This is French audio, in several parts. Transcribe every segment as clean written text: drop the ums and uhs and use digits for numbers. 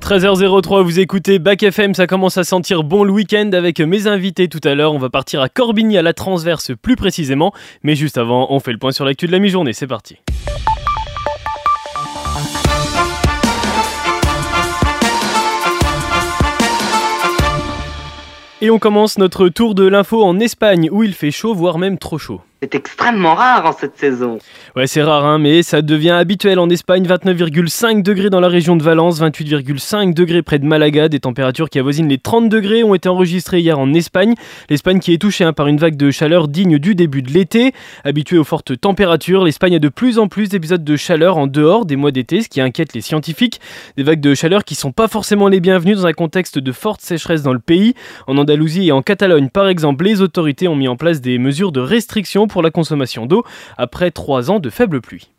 13h03, vous écoutez Bac FM, ça commence à sentir bon le week-end avec mes invités tout à l'heure. On va partir à Corbigny à la Transverse plus précisément. Mais juste avant, on fait le point sur l'actu de la mi-journée, c'est parti. Et on commence notre tour de l'info en Espagne où il fait chaud, voire même trop chaud. C'est extrêmement rare en cette saison. Ouais, c'est rare, hein, mais ça devient habituel en Espagne. 29,5 degrés dans la région de Valence, 28,5 degrés près de Malaga. Des températures qui avoisinent les 30 degrés ont été enregistrées hier en Espagne. L'Espagne qui est touchée par une vague de chaleur digne du début de l'été. Habituée aux fortes températures, l'Espagne a de plus en plus d'épisodes de chaleur en dehors des mois d'été, ce qui inquiète les scientifiques. Des vagues de chaleur qui ne sont pas forcément les bienvenues dans un contexte de forte sécheresse dans le pays. En Andalousie et en Catalogne, par exemple, les autorités ont mis en place des mesures de restriction pour la consommation d'eau après 3 ans de faibles pluies.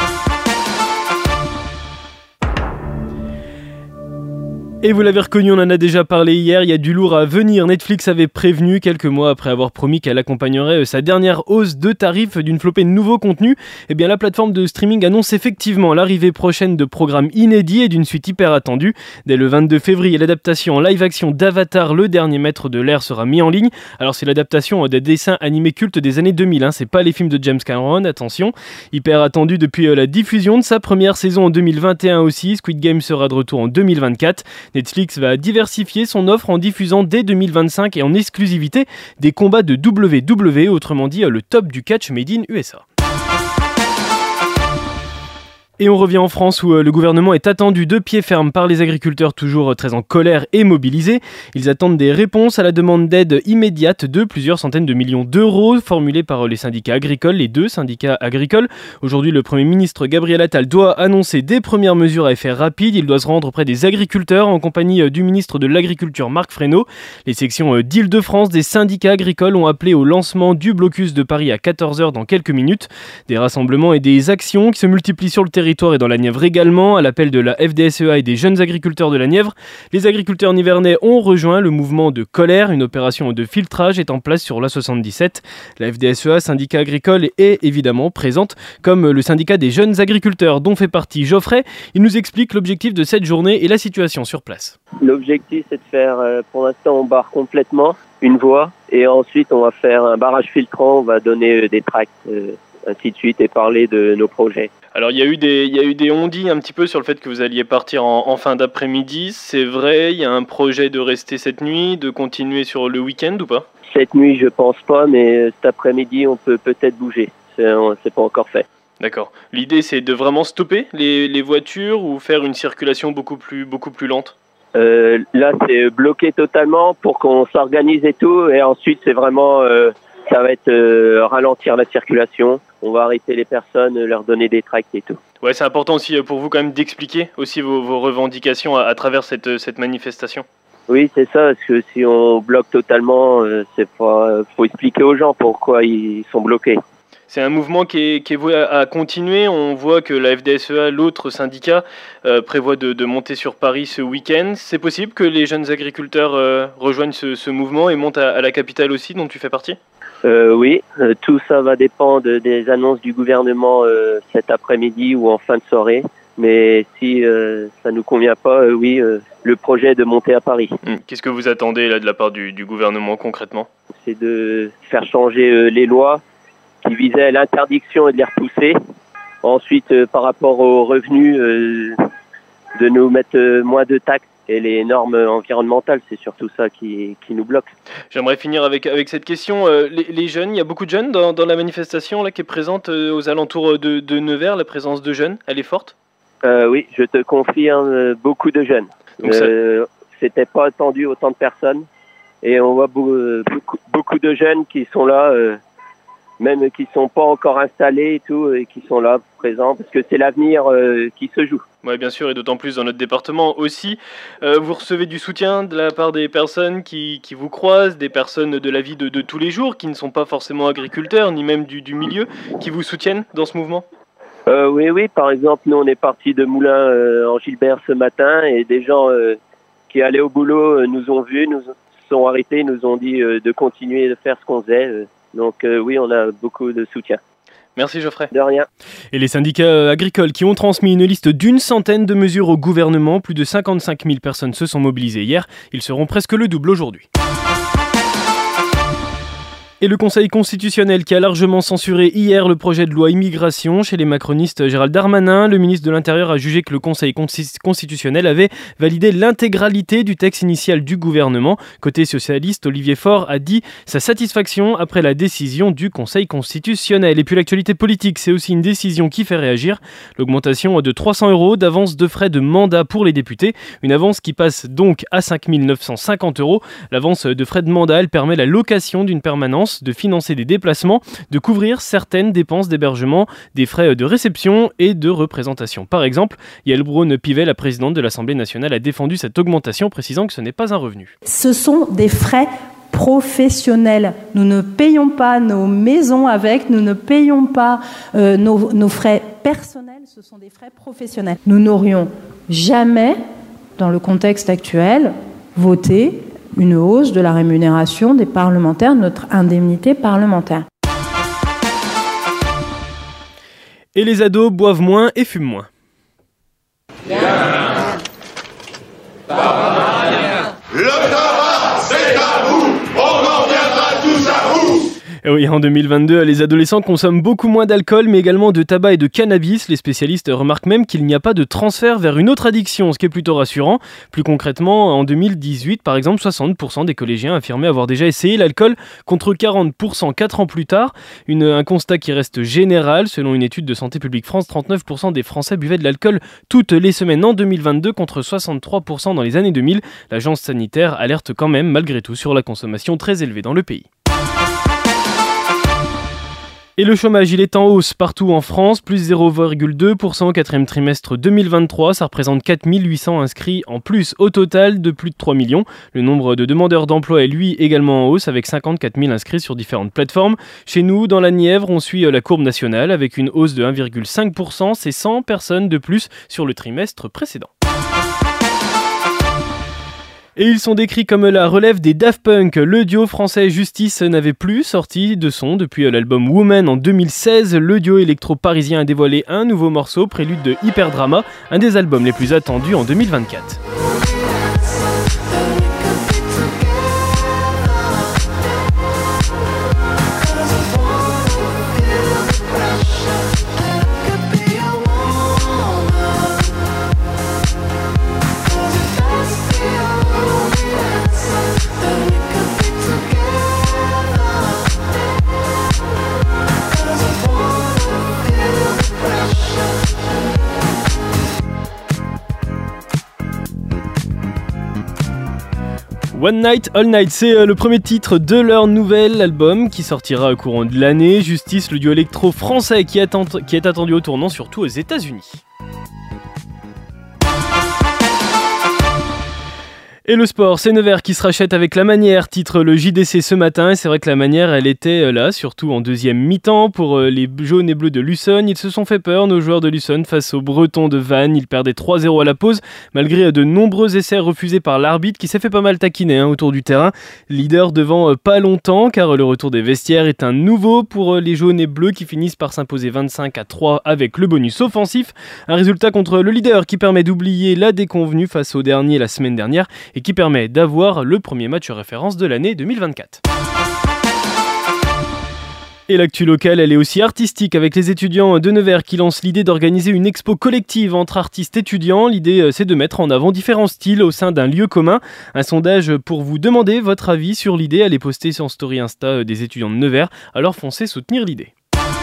Et vous l'avez reconnu, on en a déjà parlé hier, il y a du lourd à venir. Netflix avait prévenu quelques mois après avoir promis qu'elle accompagnerait sa dernière hausse de tarifs d'une flopée de nouveaux contenus. Eh bien la plateforme de streaming annonce effectivement l'arrivée prochaine de programmes inédits et d'une suite hyper attendue. Dès le 22 février, l'adaptation en live-action d'Avatar, le dernier maître de l'air, sera mis en ligne. Alors c'est l'adaptation des dessins animés cultes des années 2000, c'est pas les films de James Cameron, attention. Hyper attendu depuis la diffusion de sa première saison en 2021 aussi, Squid Game sera de retour en 2024. Netflix va diversifier son offre en diffusant dès 2025 et en exclusivité des combats de WWE, autrement dit le top du catch made in USA. Et on revient en France où le gouvernement est attendu de pied ferme par les agriculteurs toujours très en colère et mobilisés. Ils attendent des réponses à la demande d'aide immédiate de plusieurs centaines de millions d'euros formulée par les syndicats agricoles, les 2 syndicats agricoles. Aujourd'hui, le Premier ministre Gabriel Attal doit annoncer des premières mesures à effet rapide. Il doit se rendre auprès des agriculteurs en compagnie du ministre de l'Agriculture Marc Fesneau. Les sections d'Île-de-France des syndicats agricoles ont appelé au lancement du blocus de Paris à 14h dans quelques minutes. Des rassemblements et des actions qui se multiplient sur le territoire et dans la Nièvre également, à l'appel de la FDSEA et des jeunes agriculteurs de la Nièvre. Les agriculteurs nivernais ont rejoint le mouvement de colère. Une opération de filtrage est en place sur l'A77. La FDSEA, syndicat agricole, est évidemment présente comme le syndicat des jeunes agriculteurs dont fait partie Geoffrey. Il nous explique l'objectif de cette journée et la situation sur place. L'objectif, c'est de faire, pour l'instant, on barre complètement une voie et ensuite on va faire un barrage filtrant, on va donner des tracts, ainsi de suite, et parler de nos projets. Alors il y a eu des on-dit un petit peu sur le fait que vous alliez partir en fin d'après-midi. C'est vrai, il y a un projet de rester cette nuit, de continuer sur le week-end ou pas ? Cette nuit, je pense pas, mais cet après-midi, on peut peut-être bouger. C'est pas encore fait. D'accord. L'idée, c'est de vraiment stopper les voitures ou faire une circulation beaucoup plus lente ? Là, c'est bloqué totalement pour qu'on s'organise et tout. Et ensuite, c'est vraiment... ça va être ralentir la circulation. On va arrêter les personnes, leur donner des tracts et tout. Ouais, c'est important aussi pour vous quand même d'expliquer aussi vos revendications à travers cette manifestation. Oui, c'est ça, parce que si on bloque totalement, faut expliquer aux gens pourquoi ils sont bloqués. C'est un mouvement qui est voué à continuer. On voit que la FDSEA, l'autre syndicat, prévoit de monter sur Paris ce week-end. C'est possible que les jeunes agriculteurs rejoignent ce mouvement et montent à la capitale aussi, dont tu fais partie ? Oui, tout ça va dépendre des annonces du gouvernement cet après-midi ou en fin de soirée. Mais si ça nous convient pas, le projet de monter à Paris. Qu'est-ce que vous attendez là de la part du gouvernement concrètement ? C'est de faire changer les lois qui visaient l'interdiction et de les repousser. Ensuite, par rapport aux revenus, de nous mettre moins de taxes. Et les normes environnementales, c'est surtout ça qui nous bloque. J'aimerais finir avec cette question. Les jeunes, il y a beaucoup de jeunes dans la manifestation là, qui est présente aux alentours de Nevers. La présence de jeunes, elle est forte ? Oui, je te confirme, beaucoup de jeunes. Donc c'était pas attendu autant de personnes. Et on voit beaucoup de jeunes qui sont là, même qui sont pas encore installés et tout, et qui sont là présents, parce que c'est l'avenir qui se joue. Oui, bien sûr, et d'autant plus dans notre département aussi. Vous recevez du soutien de la part des personnes qui vous croisent, des personnes de la vie de tous les jours, qui ne sont pas forcément agriculteurs, ni même du milieu, qui vous soutiennent dans ce mouvement ? Oui, par exemple, nous on est partis de Moulins en Gilbert ce matin, et des gens qui allaient au boulot nous ont vus, nous sont arrêtés, nous ont dit de continuer de faire ce qu'on faisait. Donc oui, on a beaucoup de soutien. Merci Geoffrey. De rien. Et les syndicats agricoles qui ont transmis une liste d'100 de mesures au gouvernement, plus de 55 000 personnes se sont mobilisées hier, ils seront presque le double aujourd'hui. Et le Conseil constitutionnel qui a largement censuré hier le projet de loi immigration. Chez les macronistes, Gérald Darmanin, le ministre de l'Intérieur a jugé que le Conseil constitutionnel avait validé l'intégralité du texte initial du gouvernement. Côté socialiste, Olivier Faure a dit sa satisfaction après la décision du Conseil constitutionnel. Et puis l'actualité politique, c'est aussi une décision qui fait réagir. L'augmentation de 300 € d'avance de frais de mandat pour les députés. Une avance qui passe donc à 5 950 €. L'avance de frais de mandat, elle permet la location d'une permanence, de financer des déplacements, de couvrir certaines dépenses d'hébergement, des frais de réception et de représentation. Par exemple, Yael Braun-Pivet, la présidente de l'Assemblée nationale, a défendu cette augmentation, précisant que ce n'est pas un revenu. Ce sont des frais professionnels. Nous ne payons pas nos maisons avec, nous ne payons pas nos frais personnels, ce sont des frais professionnels. Nous n'aurions jamais, dans le contexte actuel, voté une hausse de la rémunération des parlementaires, notre indemnité parlementaire. Et les ados boivent moins et fument moins. Le tabac, c'est à vous, on en viendra tous à vous. Et oui, en 2022, les adolescents consomment beaucoup moins d'alcool, mais également de tabac et de cannabis. Les spécialistes remarquent même qu'il n'y a pas de transfert vers une autre addiction, ce qui est plutôt rassurant. Plus concrètement, en 2018, par exemple, 60% des collégiens affirmaient avoir déjà essayé l'alcool, contre 40% 4 ans plus tard. Un constat qui reste général. Selon une étude de Santé publique France, 39% des Français buvaient de l'alcool toutes les semaines en 2022, contre 63% dans les années 2000. L'agence sanitaire alerte quand même, malgré tout, sur la consommation très élevée dans le pays. Et le chômage, il est en hausse partout en France, plus 0,2% au quatrième trimestre 2023. Ça représente 4 800 inscrits en plus au total de plus de 3 millions. Le nombre de demandeurs d'emploi est lui également en hausse avec 54 000 inscrits sur différentes plateformes. Chez nous, dans la Nièvre, on suit la courbe nationale avec une hausse de 1,5%. C'est 100 personnes de plus sur le trimestre précédent. Et ils sont décrits comme la relève des Daft Punk. Le duo français Justice n'avait plus sorti de son depuis l'album Woman en 2016. Le duo électro-parisien a dévoilé un nouveau morceau, prélude de Hyperdrama, un des albums les plus attendus en 2024. One Night, All Night, c'est le premier titre de leur nouvel album qui sortira au courant de l'année. Justice, le duo électro français qui est attendu au tournant, surtout aux États-Unis. Et le sport, c'est Nevers qui se rachète avec La Manière, titre le JDC ce matin. Et c'est vrai que La Manière, elle était là, surtout en deuxième mi-temps pour les jaunes et bleus de Luçon. Ils se sont fait peur, nos joueurs de Luçon, face aux Bretons de Vannes. Ils perdaient 3-0 à la pause, malgré de nombreux essais refusés par l'arbitre qui s'est fait pas mal taquiner autour du terrain. Leader devant pas longtemps, car le retour des vestiaires est un nouveau pour les jaunes et bleus qui finissent par s'imposer 25-3 avec le bonus offensif. Un résultat contre le leader qui permet d'oublier la déconvenue face au dernier la semaine dernière et qui permet d'avoir le premier match référence de l'année 2024. Et l'actu locale, elle est aussi artistique avec les étudiants de Nevers qui lancent l'idée d'organiser une expo collective entre artistes étudiants. L'idée, c'est de mettre en avant différents styles au sein d'un lieu commun. Un sondage pour vous demander votre avis sur l'idée. Elle est postée sur Story Insta des étudiants de Nevers. Alors foncez soutenir l'idée.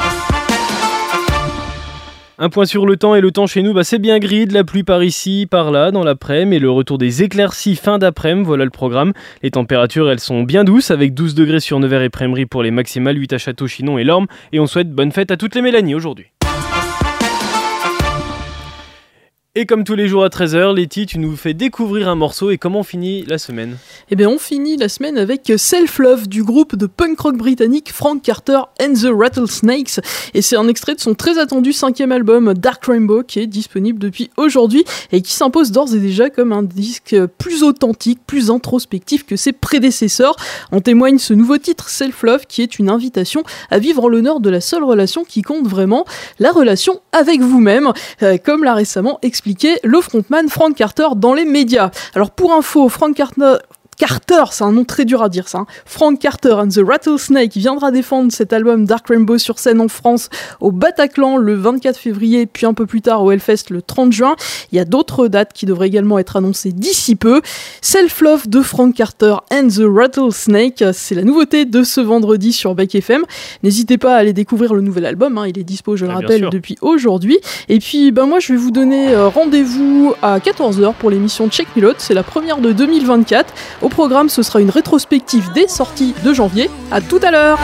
Un point sur le temps, et le temps chez nous, c'est bien gris, de la pluie par ici, par là, dans l'après-midi, et le retour des éclaircies fin d'après-midi, voilà le programme. Les températures, elles sont bien douces, avec 12 degrés sur Nevers et Prémery pour les maximales, 8 à Château, Chinon et Lorme, et on souhaite bonne fête à toutes les Mélanie aujourd'hui. Et comme tous les jours à 13h, Letty, tu nous fais découvrir un morceau et comment on finit la semaine ? Eh bien, on finit la semaine avec Self Love du groupe de punk rock britannique Frank Carter and the Rattlesnakes. Et c'est un extrait de son très attendu 5e album Dark Rainbow qui est disponible depuis aujourd'hui et qui s'impose d'ores et déjà comme un disque plus authentique, plus introspectif que ses prédécesseurs. En témoigne ce nouveau titre Self Love qui est une invitation à vivre en l'honneur de la seule relation qui compte vraiment, la relation avec vous-même, comme l'a récemment expliqué le frontman Frank Carter dans les médias. Alors pour info, Frank Carter, c'est un nom très dur à dire ça. Frank Carter and the Rattlesnake viendra défendre cet album Dark Rainbow sur scène en France au Bataclan le 24 février, puis un peu plus tard au Hellfest le 30 juin. Il y a d'autres dates qui devraient également être annoncées d'ici peu. Self Love de Frank Carter and the Rattlesnake, c'est la nouveauté de ce vendredi sur Back FM. N'hésitez pas à aller découvrir le nouvel album, il est dispo, je le rappelle, depuis aujourd'hui. Et puis moi je vais vous donner rendez-vous à 14h pour l'émission Check Me Out, c'est la première de 2024. Au programme, ce sera une rétrospective des sorties de janvier. À tout à l'heure.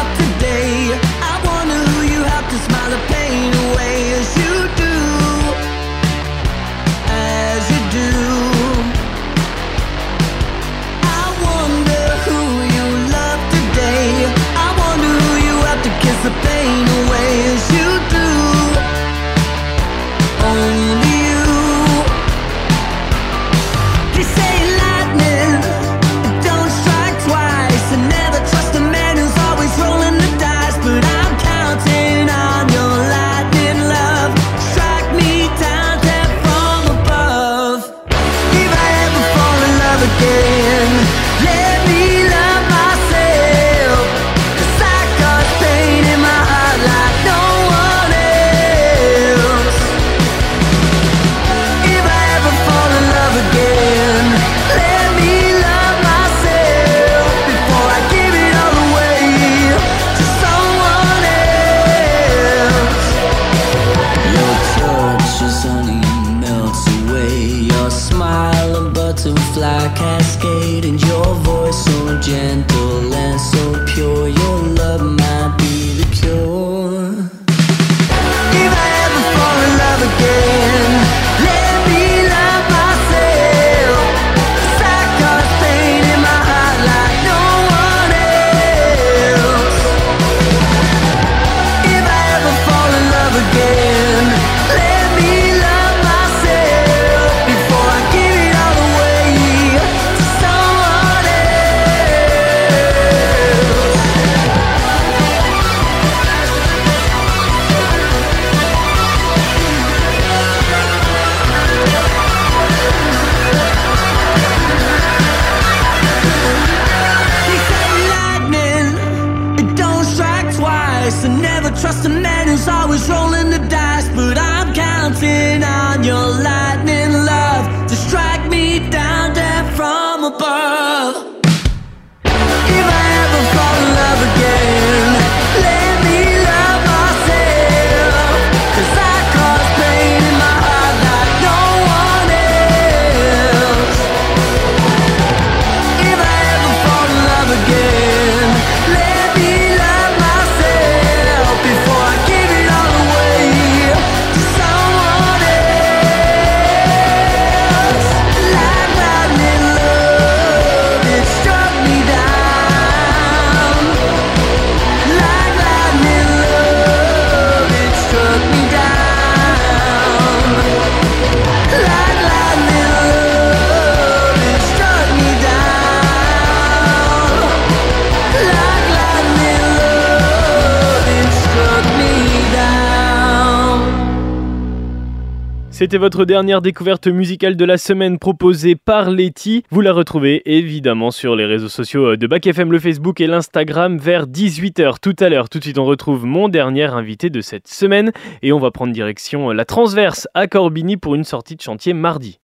Trust a man who's always rolling the dice, but I'm counting on your lightning love to strike me down dead from above. If I ever fall in love again, let me love myself, 'cause I cause pain in my heart like no one else. If I ever fall in love again, let me love myself before I give it all away to someone else. Like lightning love, it struck me down. Like lightning love, it struck me down. Like lightning love, it struck me down. Like lightning love, it struck me down. C'était votre dernière découverte musicale de la semaine proposée par Letty. Vous la retrouvez évidemment sur les réseaux sociaux de Back FM, le Facebook et l'Instagram vers 18h tout à l'heure. Tout de suite, on retrouve mon dernier invité de cette semaine et on va prendre direction la Transverse à Corbigny pour une sortie de chantier mardi.